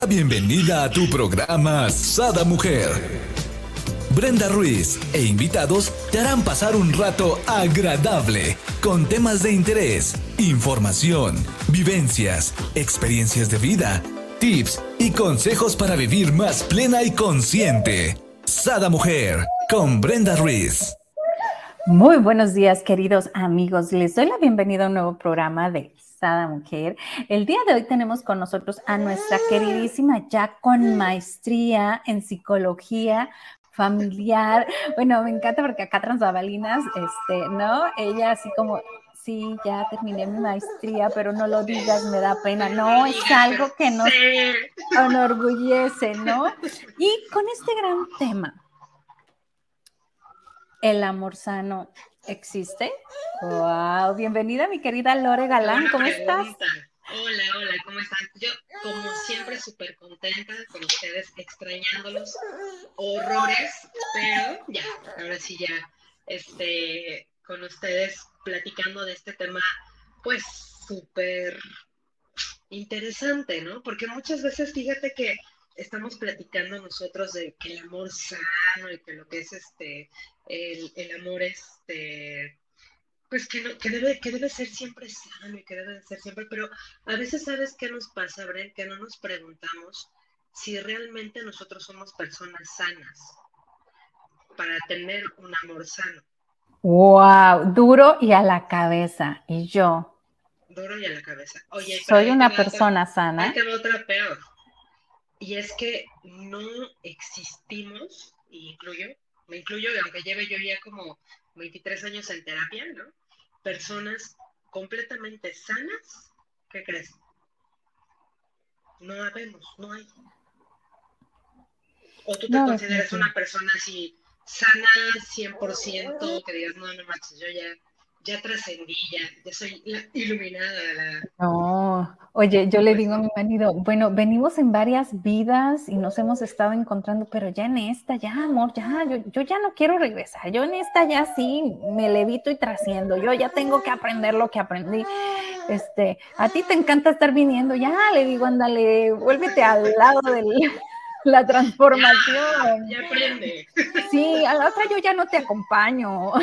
Bienvenida a tu programa Sada Mujer. Brenda Ruiz e invitados te harán pasar un rato agradable con temas de interés, información, vivencias, experiencias de vida, tips y consejos para vivir más plena y consciente. Sada Mujer con Brenda Ruiz. Muy buenos días, queridos amigos. Les doy la bienvenida a un nuevo programa de Sada Mujer. El día de hoy tenemos con nosotros a nuestra queridísima, ya con maestría en psicología familiar. Bueno, me encanta porque acá tras bambalinas, ¿no? Ella así como, sí, ya terminé mi maestría, pero no lo digas, me da pena. No, es algo que nos enorgullece, ¿no? Y con este gran tema, ¿el amor sano existe? ¡Wow! Bienvenida, mi querida Lore Galán. ¿Cómo estás? Hola, ¿cómo están? Yo, como siempre, súper contenta con ustedes, extrañándolos horrores, pero ya, ahora sí ya, con ustedes platicando de este tema, pues súper interesante, ¿no? Porque muchas veces, fíjate que estamos platicando nosotros de que el amor sano y que lo que es el amor pues que debe ser siempre sano y que debe de ser siempre, pero a veces sabes qué nos pasa, Bren, que no nos preguntamos si realmente nosotros somos personas sanas para tener un amor sano. ¡Wow! Duro y a la cabeza. Y yo. Duro y a la cabeza. Oye, pero Soy una persona sana. ahí te va otra peor. Y es que no existimos, y me incluyo, aunque lleve yo ya como 23 años en terapia, ¿no? Personas completamente sanas, ¿qué crees? No habemos, no hay. ¿O tú te consideras una persona así sana 100%, que digas, no manches, yo ya trascendí, ya soy la iluminada? No, oye, yo le digo a mi marido, bueno, venimos en varias vidas y nos hemos estado encontrando, pero ya en esta, ya amor, ya, yo ya no quiero regresar, yo en esta ya sí me levito y trasciendo, yo ya tengo que aprender lo que aprendí. A ti te encanta estar viniendo, ya le digo, ándale, vuélvete al lado de la transformación. Ya aprende. Sí, a la otra yo ya no te acompaño.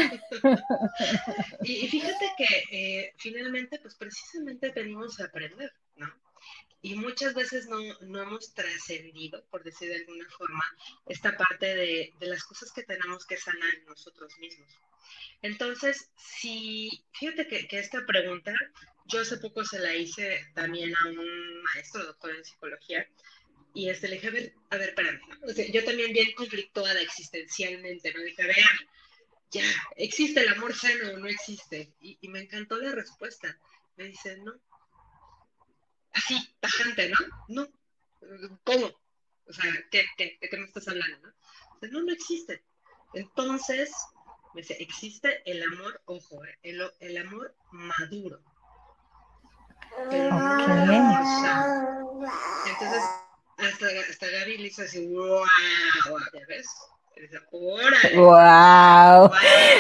Y fíjate que finalmente, pues precisamente venimos a aprender, ¿no? Y muchas veces no hemos trascendido, por decir de alguna forma, esta parte de las cosas que tenemos que sanar en nosotros mismos. Entonces, fíjate que esta pregunta, yo hace poco se la hice también a un maestro, doctor en psicología, y le dije, a ver, espérame, ¿no? O sea, yo también bien conflictuada existencialmente, ¿no? Dije, a ver, ya, ¿existe el amor sano o no existe? Y me encantó la respuesta. Me dice, no. Así, tajante, ¿no? No. ¿Cómo? O sea, ¿de qué me estás hablando, no? O sea, no existe. Entonces, me dice, existe el amor, ojo, el amor maduro. Pero no el amor sano. Entonces, hasta Gaby le hizo así, wow, ¿ya ves? ¡Órale! ¡Wow!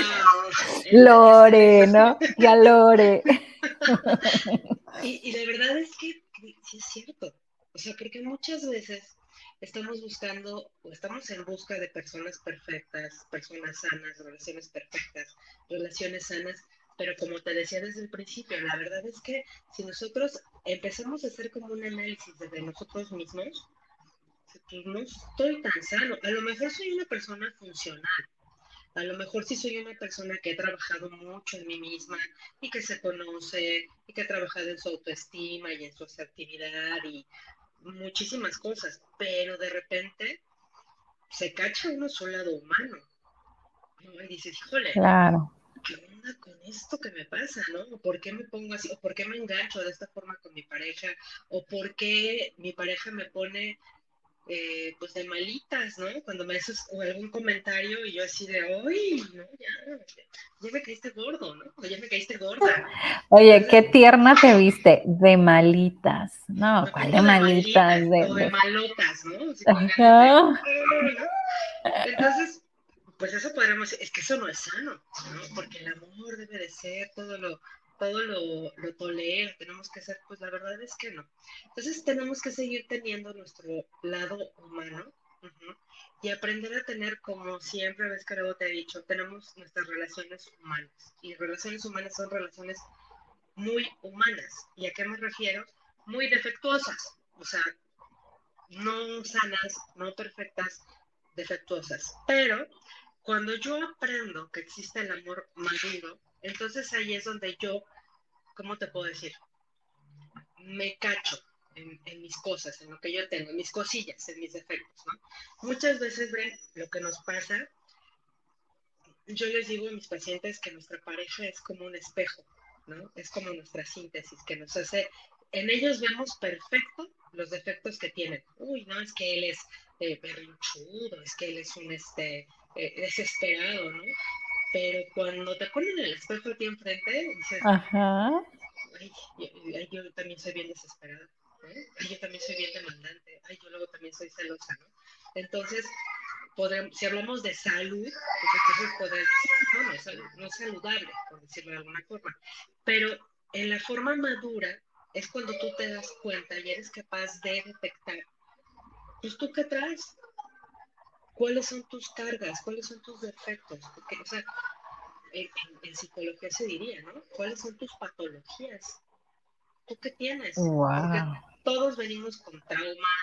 Lore, ¿no? Ya Lore. Y la verdad es que sí es cierto. O sea, porque muchas veces estamos buscando o estamos en busca de personas perfectas, personas sanas, relaciones perfectas, relaciones sanas, pero como te decía desde el principio, la verdad es que si nosotros empezamos a hacer como un análisis desde nosotros mismos, pues no estoy tan sano. A lo mejor soy una persona funcional. A lo mejor sí soy una persona que he trabajado mucho en mí misma y que se conoce y que ha trabajado en su autoestima y en su asertividad y muchísimas cosas, pero de repente se cacha uno su lado humano, ¿no? Y dices, híjole, Claro. ¿qué onda con esto que me pasa, no? ¿Por qué me pongo así? ¿O por qué me engancho de esta forma con mi pareja? ¿O por qué mi pareja me pone pues de malitas, ¿no? Cuando me haces algún comentario y yo así de, uy, no, ya me caíste gordo, ¿no? O ya me caíste gorda. Oye, Entonces, qué tierna te viste, de malitas. No, me ¿cuál pongo de de malitas? malitas o de malotas, ¿no? Así con ganas de, Ajá. ¿no? Entonces, pues eso podríamos decir, es que eso no es sano, ¿no? Porque el amor debe de ser todo todo lo tolero, tenemos que ser, pues la verdad es que no. Entonces tenemos que seguir teniendo nuestro lado humano. Ujú, y aprender a tener, como siempre, ves que luego te he dicho, tenemos nuestras relaciones humanas. Y relaciones humanas son relaciones muy humanas. ¿Y a qué me refiero? Muy defectuosas. O sea, no sanas, no perfectas, defectuosas. Pero cuando yo aprendo que existe el amor maduro, entonces ahí es donde yo, ¿cómo te puedo decir? Me cacho en mis cosas, en lo que yo tengo, en mis cosillas, en mis defectos, ¿no? Muchas veces ven lo que nos pasa. Yo les digo a mis pacientes que nuestra pareja es como un espejo, ¿no? Es como nuestra síntesis que nos hace, en ellos vemos perfecto los defectos que tienen. Uy, no, es que él es berrinchudo, es que él es un desesperado, ¿no? Pero cuando te ponen el espejo a ti enfrente, dices, Ajá. ay, yo también soy bien desesperada, ¿no? Ay, yo también soy bien demandante, ay, yo luego también soy celosa, ¿no? Entonces, si hablamos de salud, pues entonces no no es saludable, por decirlo de alguna forma. Pero en la forma madura es cuando tú te das cuenta y eres capaz de detectar, pues tú qué traes, cuáles son tus cargas, cuáles son tus defectos, porque, o sea, en psicología se diría, ¿no? ¿Cuáles son tus patologías? ¿Tú qué tienes? Porque Wow. todos venimos con traumas,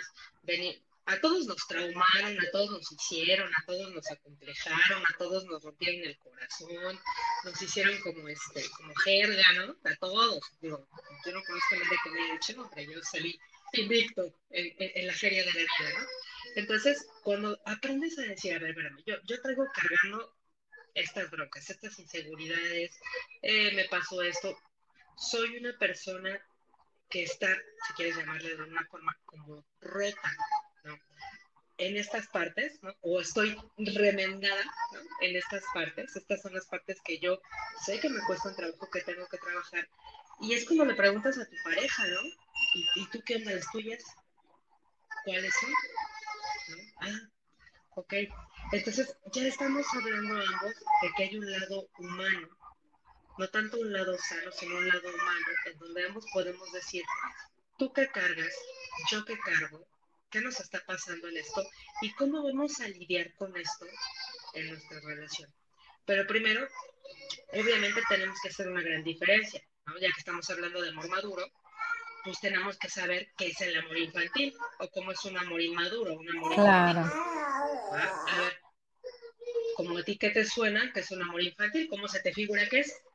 a todos nos traumaron, a todos nos hicieron, a todos nos acomplejaron, a todos nos rompieron el corazón, nos hicieron como jerga, ¿no? A todos. Digo, yo no conozco a nadie que me haya hecho, pero yo salí invicto en la feria de la vida, ¿no? Entonces, cuando aprendes a decir, a ver, espérame, yo traigo cargando estas broncas, estas inseguridades, me pasó esto, soy una persona que está, si quieres llamarle de una forma, como rota, ¿no? En estas partes, ¿no? O estoy remendada, ¿no? En estas partes. Estas son las partes que yo sé que me cuesta un trabajo, que tengo que trabajar. Y es cuando le preguntas a tu pareja, ¿no? ¿Y tú qué onda las tuyas? ¿Cuáles son? ¿No? Ah, ok. Entonces, ya estamos hablando ambos de que hay un lado humano, no tanto un lado sano, sino un lado humano, en donde ambos podemos decir, tú qué cargas, yo qué cargo, qué nos está pasando en esto y cómo vamos a lidiar con esto en nuestra relación. Pero primero, obviamente tenemos que hacer una gran diferencia, ¿no? Ya que estamos hablando de amor maduro, pues tenemos que saber qué es el amor infantil o cómo es un amor inmaduro, un amor infantil. Claro. ¿Va? A ver, como a ti qué te suena que es un amor infantil, ¿cómo se te figura que es?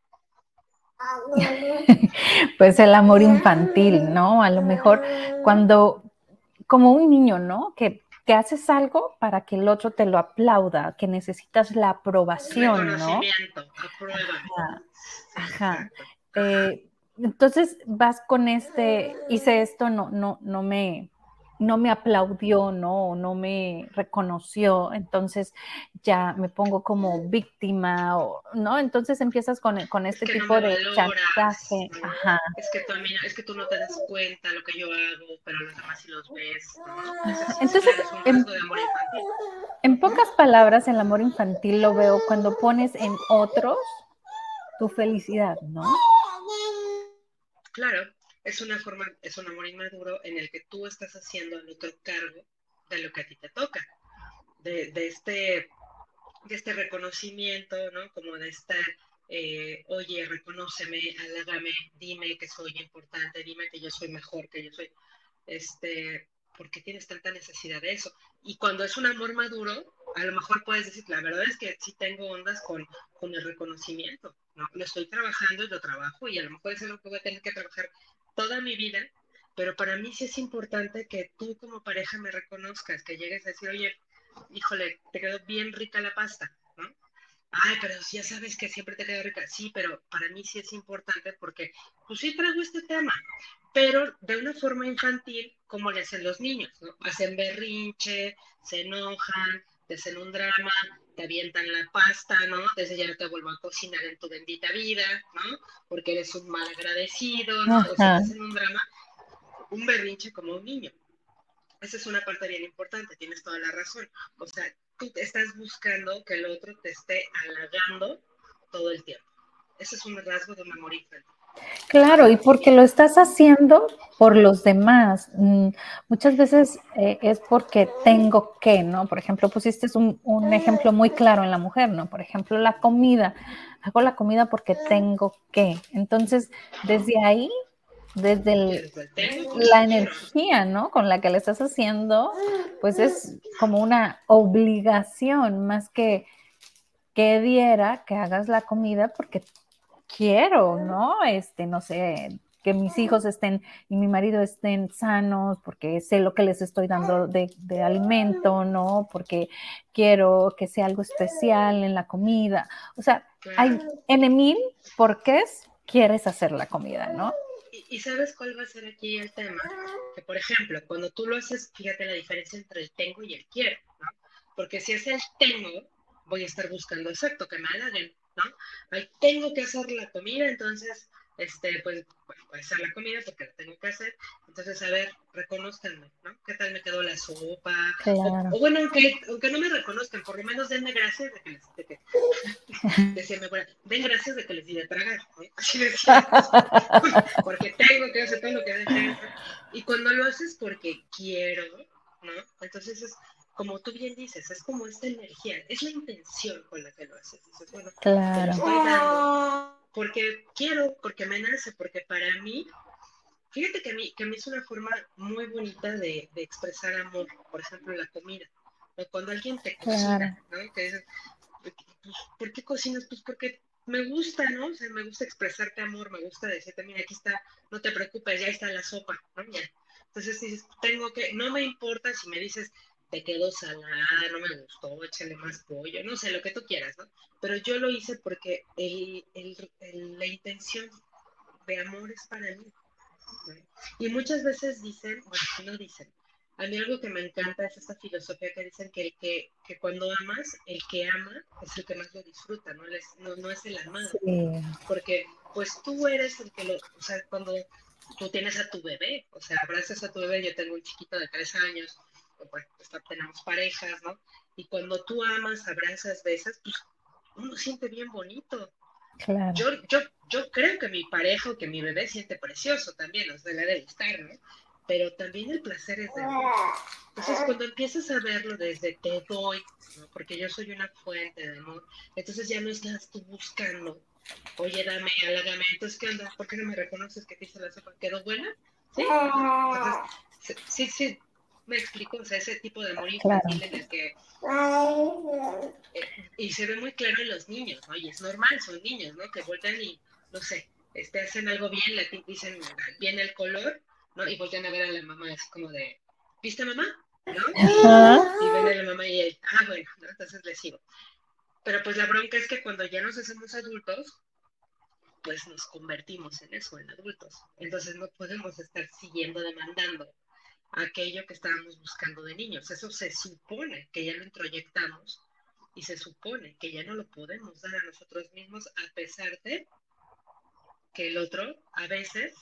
Pues el amor infantil, ¿no? A lo mejor cuando, como un niño, ¿no? Que haces algo para que el otro te lo aplauda, que necesitas la aprobación, ¿no? Reconocimiento, apruébame. Ajá, Sí, ajá. exacto. Ajá. Entonces vas con hice esto, no me aplaudió, no me reconoció, entonces ya me pongo como víctima, ¿no? Entonces empiezas con Es este que no me tipo de valoras, chantaje, ¿no? ajá. Es que tú no te das cuenta lo que yo hago, pero los demás sí los ves, ¿no? Ese es Entonces, claro, es un rasgo de amor infantil. en Ujú. pocas palabras, el amor infantil lo veo cuando pones en otros tu felicidad, ¿no? Claro, es un amor inmaduro en el que tú estás haciendo al otro cargo de lo que a ti te toca, de, de este, de este reconocimiento, ¿no? Como de estar, oye, reconóceme, hallágame, dime que soy importante, dime que yo soy mejor, que yo soy ¿por qué tienes tanta necesidad de eso? Y cuando es un amor maduro, a lo mejor puedes decir, la verdad es que sí tengo ondas con el reconocimiento, ¿no? Lo estoy trabajando y lo trabajo y a lo mejor es algo que voy a tener que trabajar toda mi vida, pero para mí sí es importante que tú como pareja me reconozcas, que llegues a decir, oye, híjole, te quedó bien rica la pasta, ¿no? Ay, pero ya sabes que siempre te queda rica. Sí, pero para mí sí es importante porque, pues sí traigo este tema, pero de una forma infantil, como le hacen los niños, ¿no? Hacen berrinche, se enojan, te hacen un drama, te avientan la pasta, ¿no? Desde ya no te vuelvo a cocinar en tu bendita vida, ¿no? Porque eres un mal agradecido, ¿no? O sea, te Ajá. hacen un drama, un berrinche como un niño. Esa es una parte bien importante, tienes toda la razón. O sea, tú te estás buscando que el otro te esté halagando todo el tiempo. Ese es un rasgo de un amor infantil. Claro, y porque lo estás haciendo por los demás. Muchas veces es porque tengo que, ¿no? Por ejemplo, pusiste un ejemplo muy claro en la mujer, ¿no? Por ejemplo, la comida. Hago la comida porque tengo que. Entonces, desde ahí, desde Y después tengo porque la quiero, energía, ¿no? Con la que le estás haciendo, pues es como una obligación más que diera que hagas la comida porque quiero, ¿no? No sé, que mis hijos estén y mi marido estén sanos, porque sé lo que les estoy dando de alimento, ¿no? Porque quiero que sea algo especial en la comida. O sea, hay claro. N mil porqués quieres hacer la comida, ¿no? Y sabes cuál va a ser aquí el tema, que por ejemplo, cuando tú lo haces, fíjate la diferencia entre el tengo y el quiero, ¿no? Porque si es el tengo, voy a estar buscando exacto que me halaguen, ¿no? Ahí tengo que hacer la comida, entonces, pues, bueno, voy a hacer la comida porque la tengo que hacer. Entonces, a ver, reconózcanme, ¿no? ¿Qué tal me quedó la sopa? Claro. O bueno, aunque no me reconozcan, por lo menos denme gracias de que decía mi abuela, den gracias de que les di de tragar, ¿no? Así decía, porque tengo que hacer todo lo que deje. Y cuando lo haces porque quiero, ¿no? Entonces es, como tú bien dices, es como esta energía, es la intención con la que lo haces. Dices, bueno, te lo Claro. estoy dando porque quiero, porque me nace, porque para mí, fíjate que a mí es una forma muy bonita de expresar amor, por ejemplo, la comida. O cuando alguien te cocina, Claro. ¿no? Que dices, pues, ¿por qué cocinas? Pues porque me gusta, ¿no? O sea, me gusta expresarte amor, me gusta decirte, mira, aquí está, no te preocupes, ya está la sopa, ¿no? Ya. Entonces dices, tengo que, no me importa si me dices, te quedó salada, no me gustó, échale más pollo, no sé, lo que tú quieras, ¿no? Pero yo lo hice porque la intención de amor es para mí, ¿no? Y muchas veces dicen, bueno, si no dicen, a mí algo que me encanta es esta filosofía que dicen que cuando amas, el que ama es el que más lo disfruta, no es el amado. Sí. Porque pues tú eres el que lo, o sea, cuando tú tienes a tu bebé, o sea, abrazas a tu bebé, yo tengo un chiquito de 3 años, pues, tenemos parejas, ¿no? Y cuando tú amas, abrazas, besas, pues uno siente bien bonito. Claro. Yo, yo, yo creo que mi pareja o que mi bebé siente precioso también, o sea, le ha de gustar, ¿no? Pero también el placer es de amor. Entonces, cuando empiezas a verlo desde te doy, ¿no? Porque yo soy una fuente de amor, entonces ya no estás tú buscando, oye, dame, halagame, entonces, ¿qué onda? ¿Por qué no me reconoces que te hice la sopa? ¿Quedó buena? ¿Sí? ¿No? Entonces, sí, me explico, o sea, ese tipo de amor Claro. infantil en el que y se ve muy claro en los niños, ¿no? Y es normal, son niños, ¿no? Que vuelven y, no sé, hacen algo bien, le dicen bien el color, ¿no? Y voltean a ver a la mamá así como de, ¿viste mamá? ¿No? Ajá. Y ven a la mamá y él, bueno, ¿no? Entonces les sigo. Pero pues la bronca es que cuando ya nos hacemos adultos, pues nos convertimos en eso, en adultos. Entonces no podemos estar siguiendo demandando aquello que estábamos buscando de niños. Eso se supone que ya lo introyectamos y se supone que ya no lo podemos dar a nosotros mismos a pesar de que el otro a veces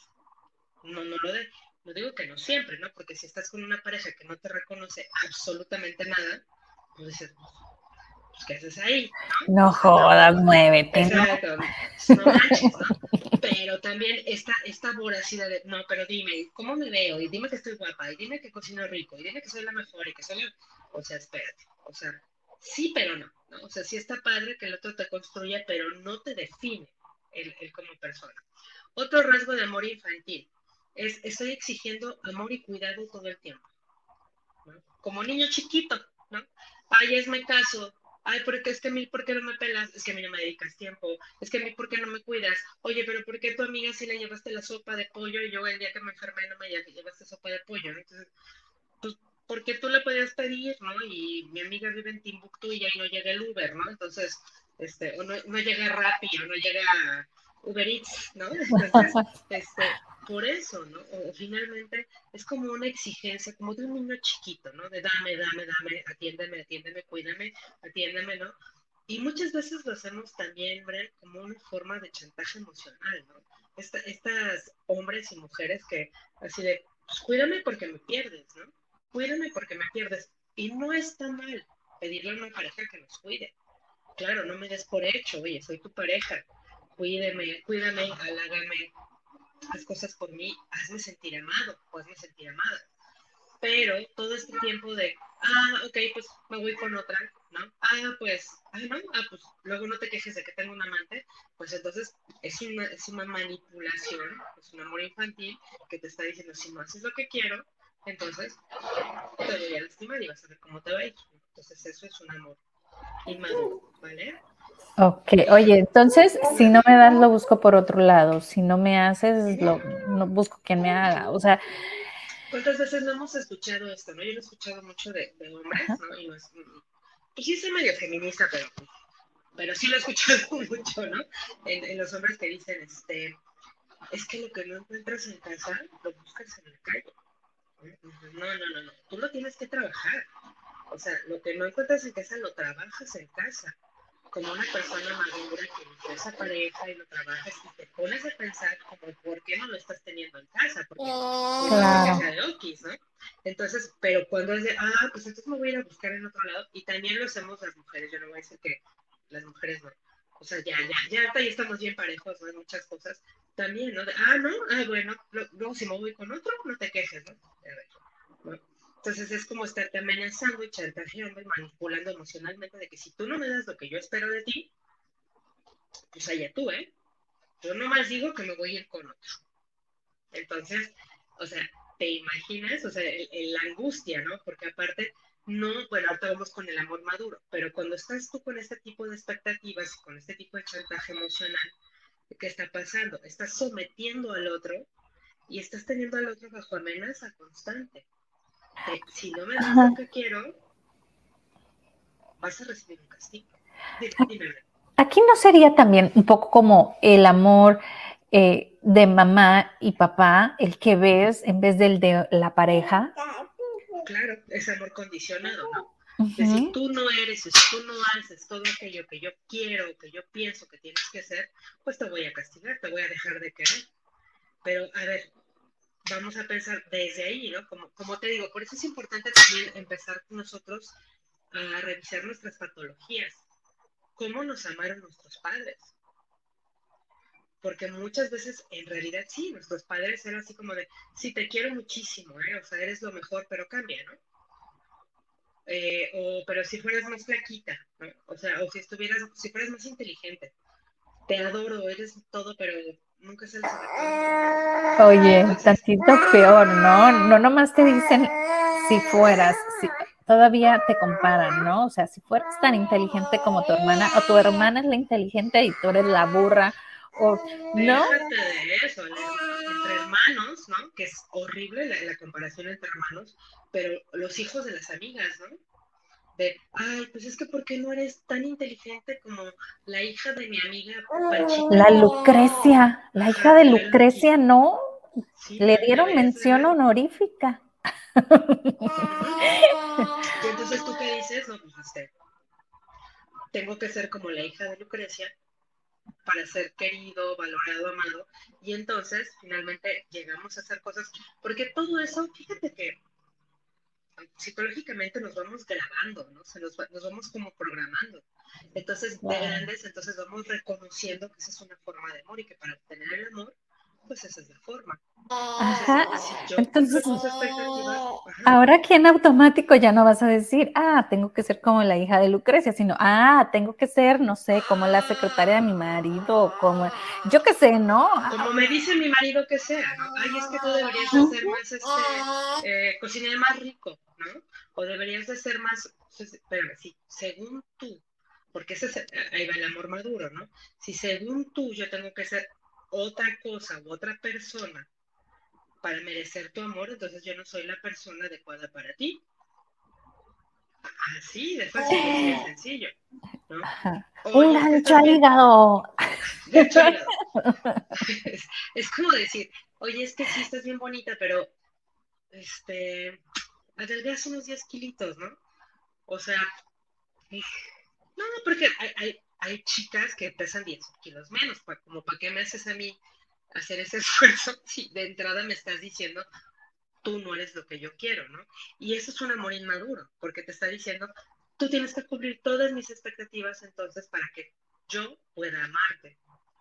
no lo dé. No digo que no siempre, ¿no? Porque si estás con una pareja que no te reconoce absolutamente nada, pues dices, pues ¿qué haces ahí? ¿No? O No sea, jodas, tampoco, muévete, ¿no? exacto, no manches, ¿no? Pero también esta voracidad de, no, pero dime, ¿cómo me veo? Y dime que estoy guapa, y dime que cocino rico, y dime que soy la mejor, y que soy la... O sea, espérate, o sea, sí, pero no, ¿no? O sea, sí está padre que el otro te construya, pero no te define el como persona. Otro rasgo de amor infantil es, estoy exigiendo amor y cuidado todo el tiempo, ¿no? Como niño chiquito, ¿no? Ay, me caso. Ay, porque es que a mí, ¿por qué no me pelas? Es que a mí no me dedicas tiempo. Es que a mí, ¿por qué no me cuidas? Oye, pero ¿por qué tu amiga sí le llevaste la sopa de pollo y yo el día que me enfermé no me llevaste sopa de pollo? ¿No? Entonces, pues, porque tú le podías pedir, ¿no? Y mi amiga vive en Timbuktu y ahí no llega el Uber, ¿no? Entonces, o no llega Rappi o no llega Uber Eats, ¿no? Entonces, por eso, ¿no? O finalmente es como una exigencia, como de un niño chiquito, ¿no? De dame, atiéndeme, cuídame, atiéndeme, ¿no? Y muchas veces lo hacemos también, Bren, como una forma de chantaje emocional, ¿no? Estas hombres y mujeres que así de, pues cuídame porque me pierdes, ¿no? Cuídame porque me pierdes. Y no está mal pedirle a una pareja que nos cuide. Claro, no me des por hecho, oye, soy tu pareja, cuídame, halágame, haz cosas por mí, hazme sentir amado o hazme sentir amada. Pero todo este tiempo de, ok, pues me voy con otra, ¿no? Pues luego no te quejes de que tengo un amante, pues entonces es una manipulación, es un amor infantil que te está diciendo, si no haces lo que quiero, entonces te voy a lastimar y vas a ver cómo te va a ir. Entonces eso es un amor inmaduro, ¿vale? Ok, oye, entonces si no me das lo busco por otro lado, si no me haces no busco quien me haga, o sea, ¿Cuántas veces no hemos escuchado esto, no? Yo lo he escuchado mucho de hombres, ¿no? Y no es, pues sí soy medio feminista, pero sí lo he escuchado mucho, ¿no? En los hombres que dicen, es que lo que no encuentras en casa, lo buscas en la calle. No, tú lo tienes que trabajar. O sea, lo que no encuentras en casa, lo trabajas en casa. Como una persona madura que eligió esa pareja y lo trabajas y te pones a pensar como por qué no lo estás teniendo en casa, porque porque claro. sea de okis, ¿no? Entonces, pero cuando es de, pues entonces me voy a ir a buscar en otro lado, y también lo hacemos las mujeres, yo no voy a decir que las mujeres no, o sea, ya estamos bien parejos, ¿no? En muchas cosas, también, ¿no? No, bueno, luego si me voy con otro, no te quejes, ¿no? A ver, ¿no? Entonces es como estarte amenazando y chantajeando y manipulando emocionalmente de que si tú no me das lo que yo espero de ti, pues allá tú, ¿eh? Yo nomás digo que me voy a ir con otro. Entonces, o sea, te imaginas, o sea, la angustia, ¿no? Porque aparte, no, bueno, ahorita vamos con el amor maduro, pero cuando estás tú con este tipo de expectativas y con este tipo de chantaje emocional, ¿qué está pasando? Estás sometiendo al otro y estás teniendo al otro bajo amenaza constante. Si no me das lo Ajá. que quiero, vas a recibir un castigo. Dime. Aquí no sería también un poco como el amor de mamá y papá, el que ves en vez del de la pareja. Claro, es amor condicionado, ¿no? De si Ujú. tú no eres, si tú no haces todo aquello que yo quiero, que yo pienso que tienes que hacer, pues te voy a castigar, te voy a dejar de querer. Pero, a ver, vamos a pensar desde ahí, ¿no? Como te digo, por eso es importante también empezar nosotros a revisar nuestras patologías. ¿Cómo nos amaron nuestros padres? Porque muchas veces, en realidad, sí, nuestros padres eran así como de, sí, te quiero muchísimo, ¿eh? O sea, eres lo mejor, pero cambia, ¿no? Pero si fueras más flaquita, ¿no? O sea, o si fueras más inteligente, te adoro, eres todo, pero nunca sales en la foto. Oye, Entonces, tantito peor, ¿no? No nomás te dicen si fueras, si, todavía te comparan, ¿no? O sea, si fueras tan inteligente como tu hermana, o tu hermana es la inteligente y tú eres la burra, o no. déjate de eso, entre hermanos, ¿no? Que es horrible la comparación entre hermanos, pero los hijos de las amigas, ¿no? Pues es que ¿por qué no eres tan inteligente como la hija de mi amiga Panchita? La hija Ajá, de la Lucky. Lucrecia, no, Sí, le dieron deberías de mención ver. honorífica. Ujú. Y entonces tú qué dices, no, pues tengo que ser como la hija de Lucrecia para ser querido, valorado, amado. Y entonces finalmente llegamos a hacer cosas, porque todo eso, fíjate que psicológicamente nos vamos grabando, ¿no? Nos vamos como programando. Entonces, de Wow. grandes, entonces vamos reconociendo que esa es una forma de amor y que para obtener el amor, pues esa es la forma. Entonces, Ajá. si yo Entonces, cumplo tus expectativas, ajá, ahora aquí en automático ya no vas a decir, tengo que ser como la hija de Lucrecia, sino, tengo que ser, no sé, como la secretaria de mi marido, o como, yo qué sé, ¿no? como me dice mi marido que sea, ¿no? Es que tú deberías de ser más, cocinar más rico, ¿no? O deberías de ser más, espérame, sí, según tú, porque ahí va el amor maduro, ¿no? Si según tú yo tengo que ser otra cosa u otra persona para merecer tu amor, entonces yo no soy la persona adecuada para ti. Así de fácil y así de sencillo, ¿no? Ajá. Un Oye, es que gancho estás al bien, hígado. gancho al hígado. Es como decir, oye, es que sí estás bien bonita, pero adelgazas unos 10 kilitos, ¿no? O sea, no, porque hay chicas que pesan 10 kilos menos, como para qué me haces a mí hacer ese esfuerzo si de entrada me estás diciendo, tú no eres lo que yo quiero, ¿no? Y eso es un amor inmaduro, porque te está diciendo, tú tienes que cubrir todas mis expectativas entonces para que yo pueda amarte.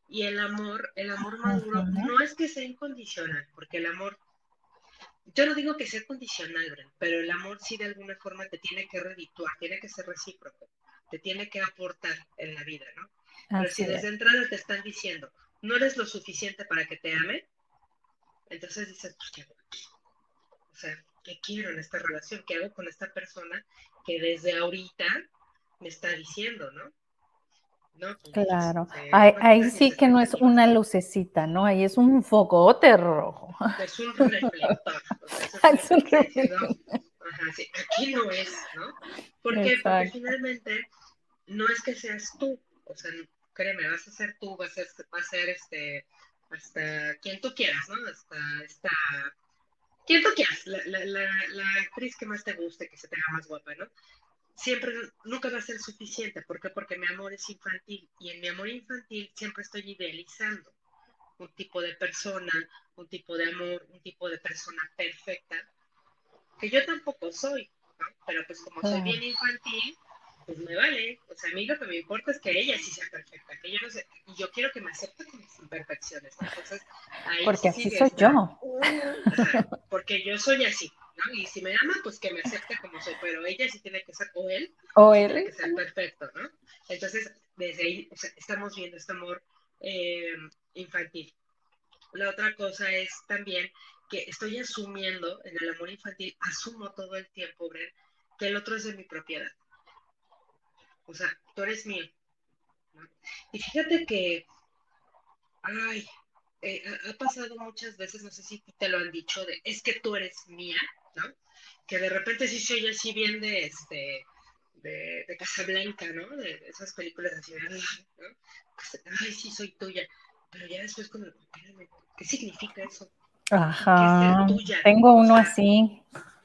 Y el amor maduro, no es que sea incondicional, porque el amor, yo no digo que sea condicional, Bren, pero el amor sí de alguna forma te tiene que redituar, tiene que ser recíproco, te tiene que aportar en la vida, ¿no? Pero si Así es. desde entrada te están diciendo, no eres lo suficiente para que te ame, entonces dices, pues, ¿qué hago? O sea, ¿qué quiero en esta relación? ¿Qué hago con esta persona que desde ahorita me está diciendo, ¿no? No, pues Claro. Ahí sí que no es una lucecita, ¿no? Ahí es un focote rojo. es un reflector, o sea, eso es lo Es que un te está diciendo, reflector. ajá, sí, aquí no es, ¿no? ¿Por qué? Porque Exacto. finalmente no es que seas tú, o sea, créeme, vas a ser tú, va a ser hasta quien tú quieras, ¿no? Hasta esta, quien tú quieras, la actriz que más te guste, que se te haga más guapa, ¿no? Siempre, nunca va a ser suficiente. ¿Por qué? Porque mi amor es infantil y en mi amor infantil siempre estoy idealizando un tipo de persona, un tipo de amor, un tipo de persona perfecta, que yo tampoco soy, ¿no? Pero pues como soy Claro. bien infantil, pues me vale. O sea, a mí lo que me importa es que ella sí sea perfecta, que yo no sé, y yo quiero que me acepte con mis imperfecciones, ¿no? Entonces, ahí Porque así sigue soy esta, yo. ajá, porque yo soy así, ¿no? Y si me ama, pues que me acepte como soy, pero ella sí tiene que ser, o él, O sí tiene que él. ser perfecto, ¿no? Entonces, desde ahí, o sea, estamos viendo este amor eh, infantil. La otra cosa es también que estoy asumiendo en el amor infantil, asumo todo el tiempo, Bren, que el otro es de mi propiedad. O sea, tú eres mío, ¿no? Y fíjate que, ay, ha pasado muchas veces, no sé si te lo han dicho, de es que tú eres mía, ¿no? Que de repente sí se oye así bien de Casablanca, ¿no? De esas películas así, ¿no? Ay, sí, soy tuya. Pero ya después, cuando, ¿qué significa eso? ¿Qué es ser Ajá. tuya? Tengo O uno sea, así.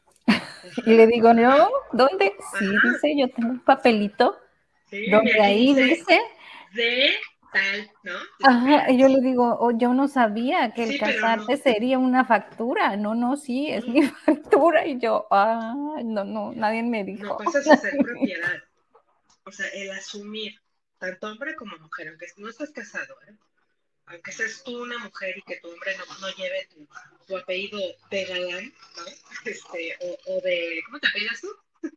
Y le ajá, digo, no, ajá, ¿dónde? Sí, ajá, dice, yo tengo un papelito sí, y donde aquí ahí dice dice, de tal, ¿no? ajá, y yo le Espérate. digo, oh, yo no sabía que el Sí, pero no, casarte sería una factura. No, no, sí, es mi factura. Y yo, ah, no, no, nadie me no dijo. pasas a ser propiedad. O sea, el asumir, tanto hombre como mujer, aunque no estés casado, ¿eh? Aunque seas tú una mujer y que tu hombre no lleve tu apellido de galán, ¿no? O de, ¿cómo te apellidas tú?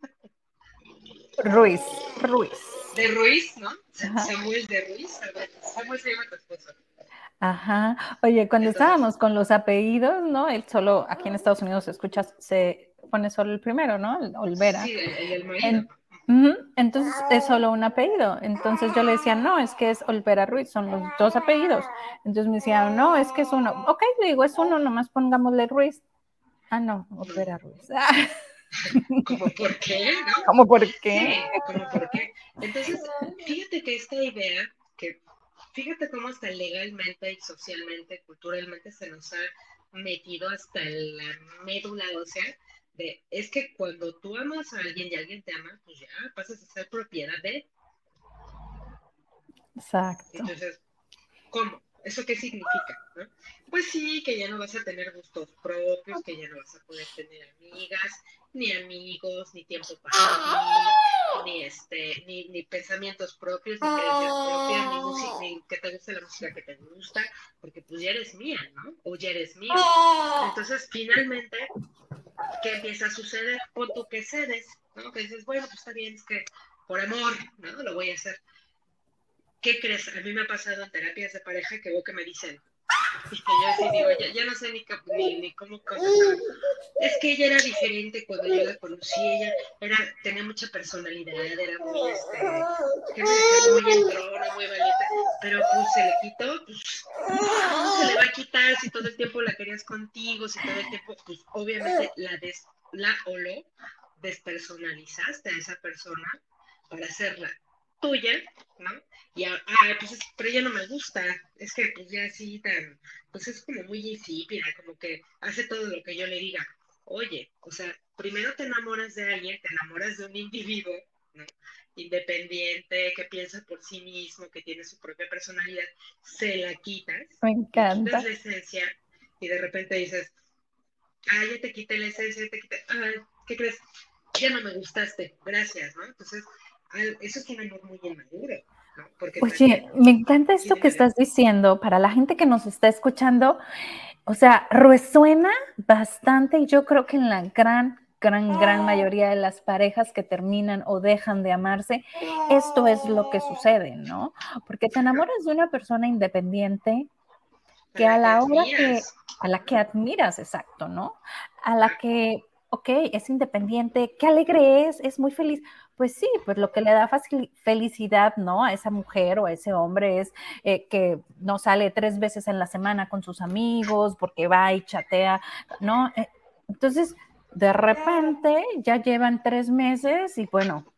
Ruiz, Ruiz. De Ruiz, ¿no? Ajá. Samuel de Ruiz, a ver, Samuel se llama tu esposo. Ajá. Oye, cuando Entonces, estábamos con los apellidos, ¿no? Él solo, aquí en Estados Unidos se escucha, se pone solo el primero, ¿no? El Olvera. sí, el marido. Entonces es solo un apellido. Entonces yo le decía, no, es que es Olvera Ruiz, son los dos apellidos. Entonces me decía, no, es que es uno. Ok, le digo, es uno, nomás pongámosle Ruiz. Ah, no, No, Olvera Ruiz. ¿como por qué, no? ¿Cómo por qué? Sí, como por qué. Entonces, fíjate que esta idea, que fíjate cómo hasta legalmente y socialmente, culturalmente se nos ha metido hasta la médula ósea de, es que cuando tú amas a alguien y alguien te ama, pues ya pasas a ser propiedad de. Exacto. Entonces, ¿cómo? ¿Eso qué significa? ¿No? Pues sí, que ya no vas a tener gustos propios, que ya no vas a poder tener amigas, ni amigos, ni tiempo para ti, ni pensamientos propios, ni creencias propias, ni música, ni que te guste la música que te gusta, porque pues ya eres mía, ¿no? O ya eres mío. Entonces, finalmente, ¿qué empieza a suceder? Pon tú que cedes, ¿no? Que dices, bueno, pues está bien, es que por amor, ¿no? Lo voy a hacer. ¿Qué crees? A mí me ha pasado en terapias de pareja que veo que me dicen, y que yo así digo, ya no sé ni cómo contestar. Es que ella era diferente cuando yo la conocí, tenía mucha personalidad, era muy, ¿qué me decían? Muy entrona, muy valiente, pero pues se le quitó, pues, ¿cómo se le va a quitar si todo el tiempo la querías contigo, si todo el tiempo, pues obviamente la o lo despersonalizaste a esa persona para hacerla tuya, ¿no? Y, pues, pero ella no me gusta, es que pues ya así tan, pues es como muy insípida, como que hace todo lo que yo le diga. Oye, o sea, primero te enamoras de alguien, te enamoras de un individuo, ¿no? Independiente, que piensa por sí mismo, que tiene su propia personalidad, se la quitas, Me le quitas encanta. la esencia y de repente dices, ya te quité la esencia, ya te quité, ¿qué crees? Ya no me gustaste, gracias, ¿no? Entonces, Eso es un amor muy inmaduro, ¿no? Porque también Oye, me encanta sí, esto que dime, estás diciendo. Para la gente que nos está escuchando, o sea, resuena bastante y yo creo que en la gran mayoría de las parejas que terminan o dejan de amarse, esto es lo que sucede, ¿no? Porque te enamoras de una persona independiente a que a la que la hora que, admiras, a la que admiras, exacto, ¿no? A la ajá, que, ok, es independiente, qué alegre es muy feliz. Pues sí, pues lo que le da felicidad, ¿no? A esa mujer o a ese hombre es que no sale 3 veces en la semana con sus amigos porque va y chatea, ¿no? Entonces, de repente ya llevan 3 meses y bueno,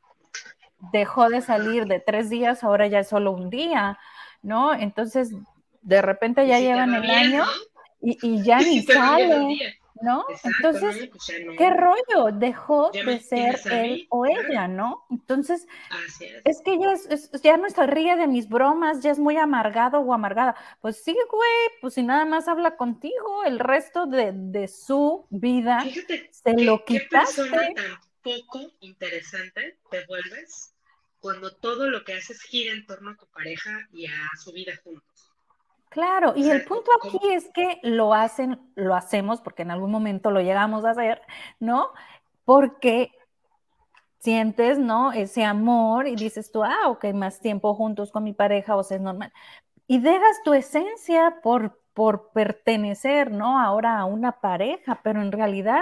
dejó de ajá. salir de 3 días, ahora ya es solo un día, ¿no? Entonces, de repente Y ya si te llevan va el bien, año ¿no? y ya Y ni si te va bien un sale, día. ¿no? Exacto, no, Entonces, pues ya ¿qué no. rollo? Dejó Ya me de ser tienes a él mí, o claro. ella, ¿no? Entonces, Así es. es que ya no se ríe de mis bromas, ya es muy amargado o amargada. Pues sí, güey, pues si nada más habla contigo, el resto de su vida Fíjate se lo qué quitaste. persona tan poco interesante te vuelves cuando todo lo que haces gira en torno a tu pareja y a su vida juntos. Claro, O y sea, el punto aquí es que lo hacemos porque en algún momento lo llegamos a hacer, ¿no? Porque sientes, ¿no? Ese amor y dices tú, ok, más tiempo juntos con mi pareja, o sea, es normal. Y dejas tu esencia por pertenecer, ¿no? Ahora a una pareja, pero en realidad